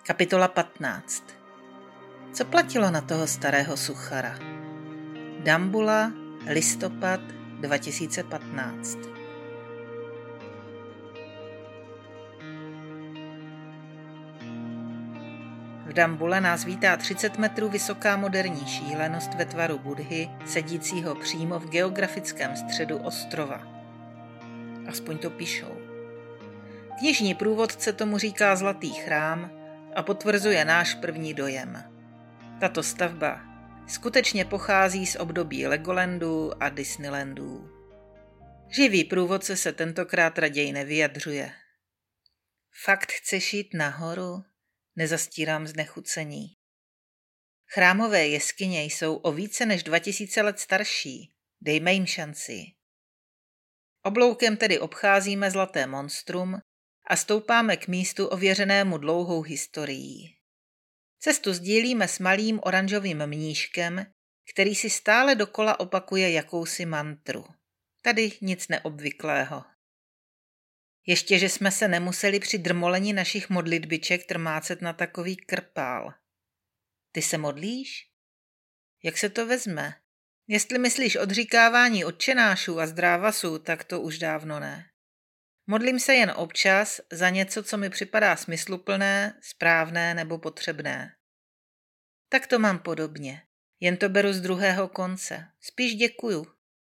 Kapitola 15. Co platilo na toho starého suchara? Dambula, listopad 2015. V Dambule nás vítá 30 metrů vysoká moderní šílenost ve tvaru Buddhy, sedícího přímo v geografickém středu ostrova. Aspoň to píšou. Knižní průvodce tomu říká Zlatý chrám a potvrzuje náš první dojem. Tato stavba skutečně pochází z období Legolandu a Disneylandů. Živý průvodce se tentokrát raději nevyjadřuje. Fakt chceš jít nahoru? Nezastírám znechucení. Chrámové jeskyně jsou o více než 2000 let starší. Dejme jim šanci. Obloukem tedy obcházíme zlaté monstrum a stoupáme k místu ověřenému dlouhou historií. Cestu sdílíme s malým oranžovým mníškem, který si stále dokola opakuje jakousi mantru. Tady nic neobvyklého. Ještě, že jsme se nemuseli při drmolení našich modlitbiček trmácet na takový krpál. Ty se modlíš? Jak se to vezme? Jestli myslíš odříkávání otčenášů a zdrávasů, tak to už dávno ne. Modlím se jen občas za něco, co mi připadá smysluplné, správné nebo potřebné. Tak to mám podobně, jen to beru z druhého konce. Spíš děkuju.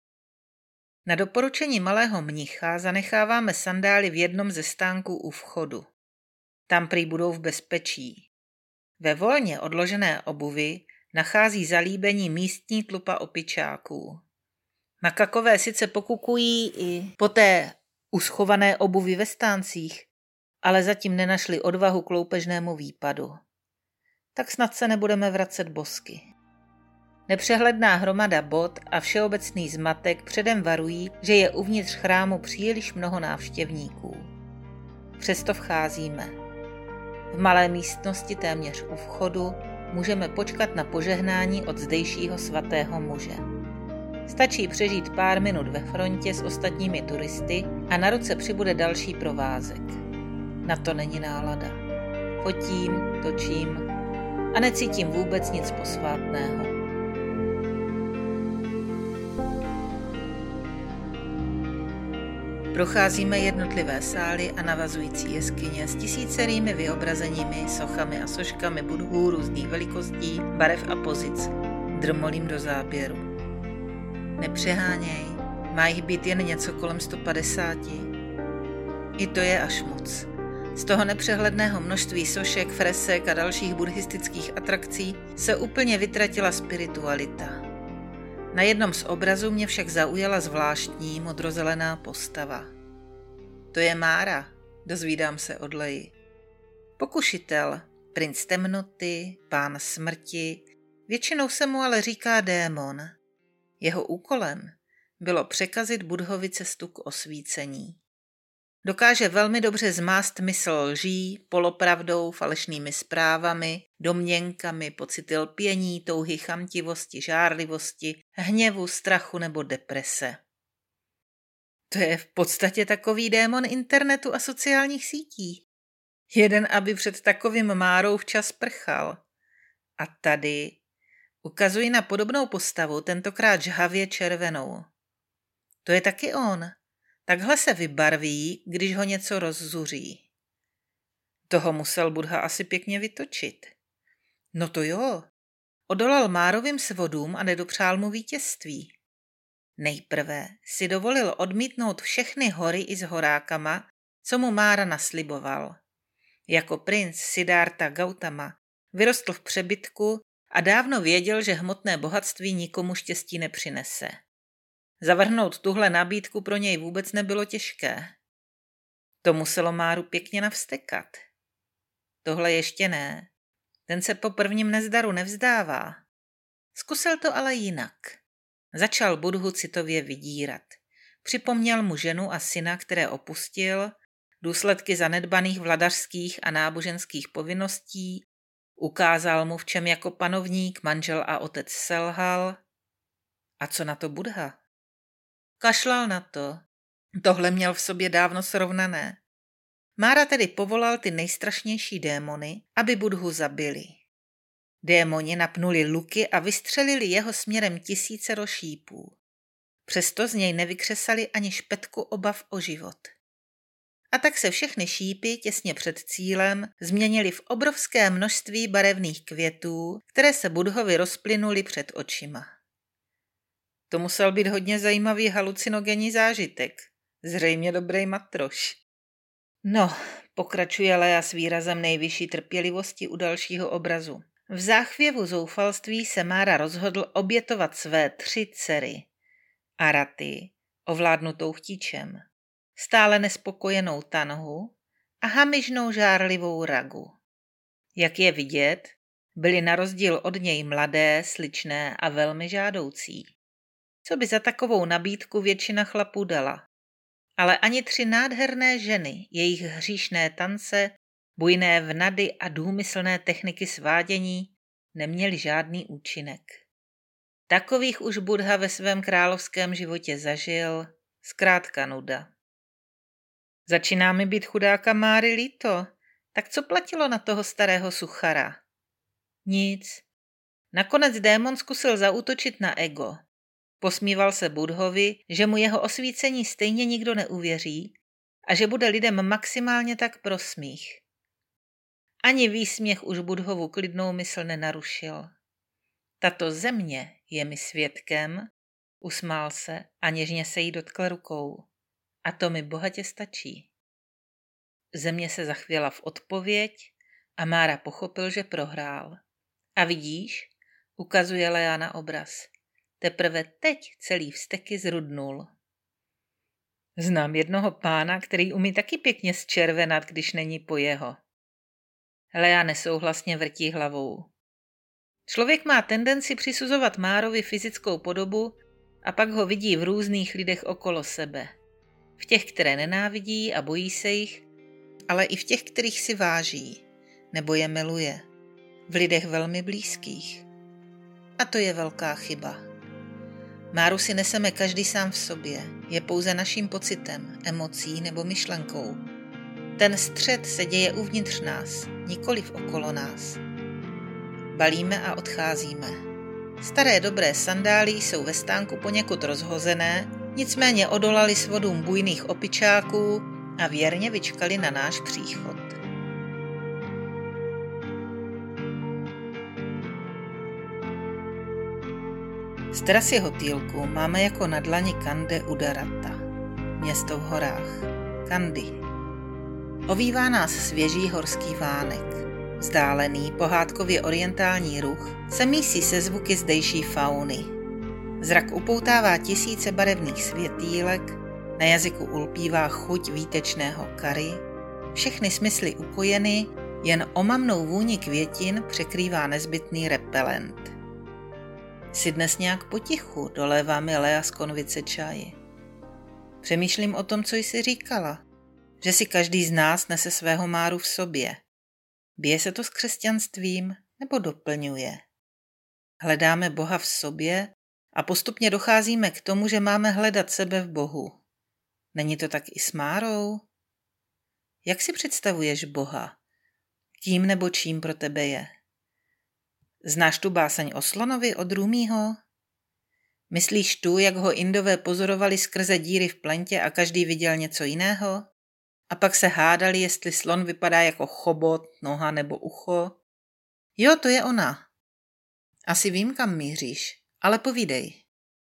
Na doporučení malého mnicha zanecháváme sandály v jednom ze stánků u vchodu. Tam prý budou v bezpečí. Ve volně odložené obuvi nachází zalíbení místní tlupa opičáků. Makakové sice pokukují i po té uschované obuvi ve stáncích, ale zatím nenašli odvahu k loupežnému výpadu. Tak snad se nebudeme vracet bosky. Nepřehledná hromada bot a všeobecný zmatek předem varují, že je uvnitř chrámu příliš mnoho návštěvníků. Přesto vcházíme. V malé místnosti téměř u vchodu můžeme počkat na požehnání od zdejšího svatého muže. Stačí přežít pár minut ve frontě s ostatními turisty a na ruce přibude další provázek. Na to není nálada. Fotím, točím a necítím vůbec nic posvátného. Procházíme jednotlivé sály a navazující jeskyně s tisícerými vyobrazeními, sochami a soškami budhů různých velikostí, barev a pozic. Drmolím do záběru. Nepřeháněj, má jich být jen něco kolem 150. I to je až moc. Z toho nepřehledného množství sošek, fresek a dalších buddhistických atrakcí se úplně vytratila spiritualita. Na jednom z obrazů mě však zaujala zvláštní modrozelená postava. To je Mára, dozvídám se od Leji. Pokušitel, princ temnoty, pán smrti, většinou se mu ale říká démon. Jeho úkolem bylo překazit Buddhovi cestu k osvícení. Dokáže velmi dobře zmást mysl lží, polopravdou, falešnými zprávami, domněnkami, pocity lpění, touhy, chamtivosti, žárlivosti, hněvu, strachu nebo deprese. To je v podstatě takový démon internetu a sociálních sítí. Jeden, aby před takovým Márou včas prchal. A tady ukazuji na podobnou postavu, tentokrát žhavě červenou. To je taky on. Takhle se vybarví, když ho něco rozzuří. Toho musel Buddha asi pěkně vytočit. No to jo, odolal Márovým svodům a nedopřál mu vítězství. Nejprve si dovolil odmítnout všechny hory i s horákama, co mu Mára nasliboval. Jako princ Siddhartha Gautama vyrostl v přebytku a dávno věděl, že hmotné bohatství nikomu štěstí nepřinese. Zavrhnout tuhle nabídku pro něj vůbec nebylo těžké. To muselo Máru pěkně navstekat. Tohle ještě ne. Ten se po prvním nezdaru nevzdává. Zkusil to ale jinak. Začal Buddhu citově vydírat. Připomněl mu ženu a syna, které opustil, důsledky zanedbaných vladařských a náboženských povinností, ukázal mu, v čem jako panovník, manžel a otec selhal. A co na to Buddha? Kašlal na to. Tohle měl v sobě dávno srovnané. Mára tedy povolal ty nejstrašnější démony, aby Buddhu zabili. Démoni napnuli luky a vystřelili jeho směrem tisícero šípů. Přesto z něj nevykřesali ani špetku obav o život. A tak se všechny šípy těsně před cílem změnily v obrovské množství barevných květů, které se Buddhovi rozplynuly před očima. To musel být hodně zajímavý halucinogenní zážitek. Zřejmě dobrý matroš. No, pokračuje Lea s výrazem nejvyšší trpělivosti u dalšího obrazu. V záchvěvu zoufalství se Mára rozhodl obětovat své 3 dcery. Arati, ovládnutou chtíčem, stále nespokojenou Tanhu a hamižnou žárlivou Ragu. Jak je vidět, byly na rozdíl od něj mladé, sličné a velmi žádoucí. Co by za takovou nabídku většina chlapů dala? Ale ani 3 nádherné ženy, jejich hříšné tance, bujné vnady a důmyslné techniky svádění neměly žádný účinek. Takových už Buddha ve svém královském životě zažil, zkrátka nuda. Začíná mi být chudáka Máry líto, tak co platilo na toho starého suchara? Nic. Nakonec démon zkusil zaútočit na ego. Posmíval se Buddhovi, že mu jeho osvícení stejně nikdo neuvěří a že bude lidem maximálně tak pro smích. Ani výsměch už Buddhovu klidnou mysl nenarušil. Tato země je mi svědkem, usmál se a něžně se jí dotkl rukou. A to mi bohatě stačí. Země se zachvěla v odpověď a Mára pochopil, že prohrál. A vidíš, ukazuje Lea na obraz. Teprve teď celý vzteky zrudnul. Znám jednoho pána, který umí taky pěkně zčervenat, když není po jeho. Lea nesouhlasně vrtí hlavou. Člověk má tendenci přisuzovat Márovi fyzickou podobu a pak ho vidí v různých lidech okolo sebe. V těch, které nenávidí a bojí se jich, ale i v těch, kterých si váží, nebo je miluje. V lidech velmi blízkých. A to je velká chyba. Máru si neseme každý sám v sobě, je pouze naším pocitem, emocí nebo myšlenkou. Ten střet se děje uvnitř nás, nikoliv okolo nás. Balíme a odcházíme. Staré dobré sandály jsou ve stánku poněkud rozhozené, nicméně odolali svodům bujných opičáků a věrně vyčkali na náš příchod. Z terasy hotýlku máme jako na dlani Kande Udarata, město v horách, Kandy. Ovívá nás svěží horský vánek. Vzdálený, pohádkově orientální ruch se mísí se zvuky zdejší fauny. Zrak upoutává tisíce barevných světýlek, na jazyku ulpívá chuť výtečného curry, všechny smysly ukojeny, jen omamnou vůni květin překrývá nezbytný repelent. Si dnes nějak potichu, dolévá mi Lea z konvice čaji. Přemýšlím o tom, co jsi říkala, že si každý z nás nese svého Máru v sobě. Bije se to s křesťanstvím nebo doplňuje? Hledáme Boha v sobě a postupně docházíme k tomu, že máme hledat sebe v Bohu. Není to tak i s Márou? Jak si představuješ Boha? Kým nebo čím pro tebe je? Znáš tu báseň o slonovi od Rumího? Myslíš tu, jak ho Indové pozorovali skrze díry v plentě a každý viděl něco jiného? A pak se hádali, jestli slon vypadá jako chobot, noha nebo ucho? Jo, to je ona. Asi vím, kam míříš, ale povídej.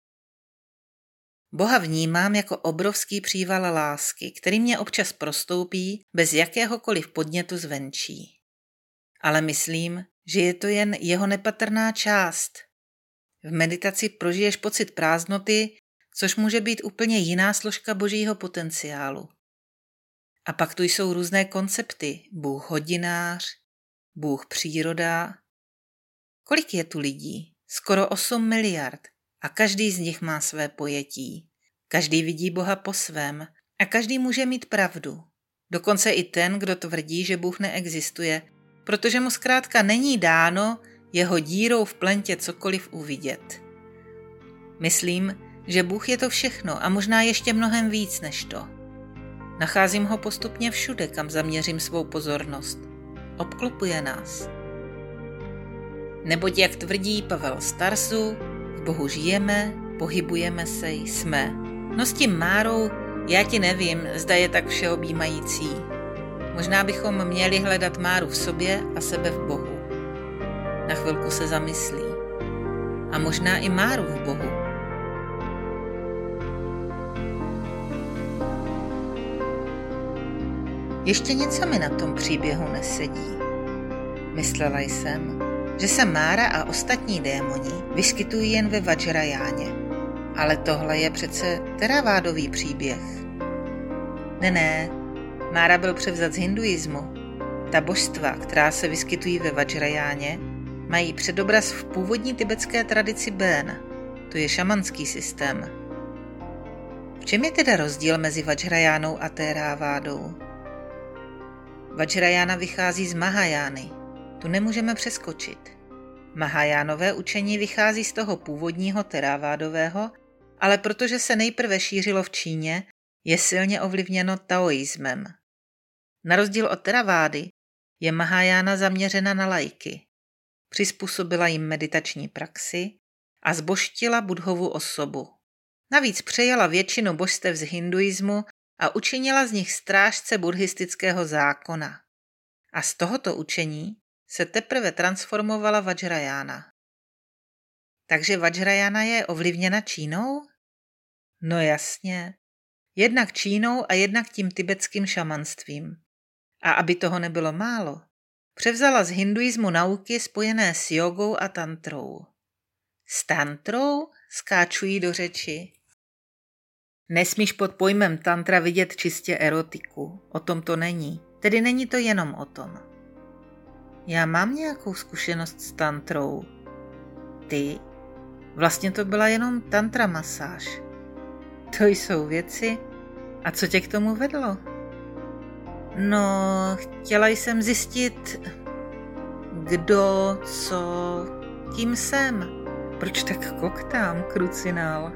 Boha vnímám jako obrovský příval lásky, který mě občas prostoupí bez jakéhokoliv podnětu zvenčí. Ale myslím, že je to jen jeho nepatrná část. V meditaci prožiješ pocit prázdnoty, což může být úplně jiná složka božího potenciálu. A pak tu jsou různé koncepty. Bůh hodinář, Bůh příroda. Kolik je tu lidí? Skoro 8 miliard. A každý z nich má své pojetí. Každý vidí Boha po svém a každý může mít pravdu. Dokonce i ten, kdo tvrdí, že Bůh neexistuje, protože mu zkrátka není dáno jeho dírou v plentě cokoliv uvidět. Myslím, že Bůh je to všechno a možná ještě mnohem víc než to. Nacházím ho postupně všude, kam zaměřím svou pozornost. Obklopuje nás. Neboť jak tvrdí Pavel z Tarsu, v Bohu žijeme, pohybujeme se, jsme. No s tím Márou, já ti nevím, zda je tak všeobjímající. Možná bychom měli hledat Máru v sobě a sebe v Bohu. Na chvilku se zamyslí. A možná i Máru v Bohu. Ještě něco mi na tom příběhu nesedí. Myslela jsem, že se Mára a ostatní démoni vyskytují jen ve Vajrajáně. Ale tohle je přece teravádový příběh. Ne, Mára byl převzat z hinduismu. Ta božstva, která se vyskytují ve Vajrajáně, mají předobraz v původní tibetské tradici Bén. To je šamanský systém. V čem je teda rozdíl mezi Vajrajánou a Theravádou? Vajrajána vychází z Mahajány. Tu nemůžeme přeskočit. Mahajánové učení vychází z toho původního teravádového, ale protože se nejprve šířilo v Číně, je silně ovlivněno taoismem. Na rozdíl od teravády je Mahajána zaměřena na laiky. Přizpůsobila jim meditační praxi a zbožtila Buddhovu osobu. Navíc přejala většinu božstev z hinduismu a učinila z nich strážce buddhistického zákona. A z tohoto učení se teprve transformovala Vajrajána. Takže Vajrajána je ovlivněna Čínou? No jasně. Jednak Čínou a jednak tím tibetským šamanstvím. A aby toho nebylo málo, převzala z hinduismu nauky spojené s jogou a tantrou. S tantrou skáčují do řeči. Nesmíš pod pojmem tantra vidět čistě erotiku. O tom to není. Tedy není to jenom o tom. Já mám nějakou zkušenost s tantrou. Ty? Vlastně to byla jenom tantra masáž. To jsou věci. A co tě k tomu vedlo? No, chtěla jsem zjistit, kdo, co, kým jsem. Proč tak koktám, krucinál?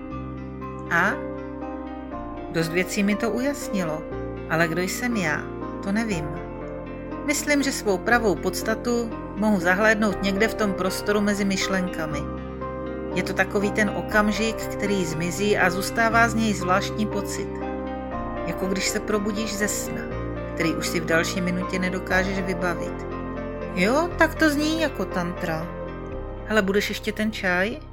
A? Dost věcí mi to ujasnilo, ale kdo jsem já, to nevím. Myslím, že svou pravou podstatu mohu zahlédnout někde v tom prostoru mezi myšlenkami. Je to takový ten okamžik, který zmizí a zůstává z něj zvláštní pocit. Jako když se probudíš ze sna, který už si v další minutě nedokážeš vybavit. Jo, tak to zní jako tantra. Hele, budeš ještě ten čaj?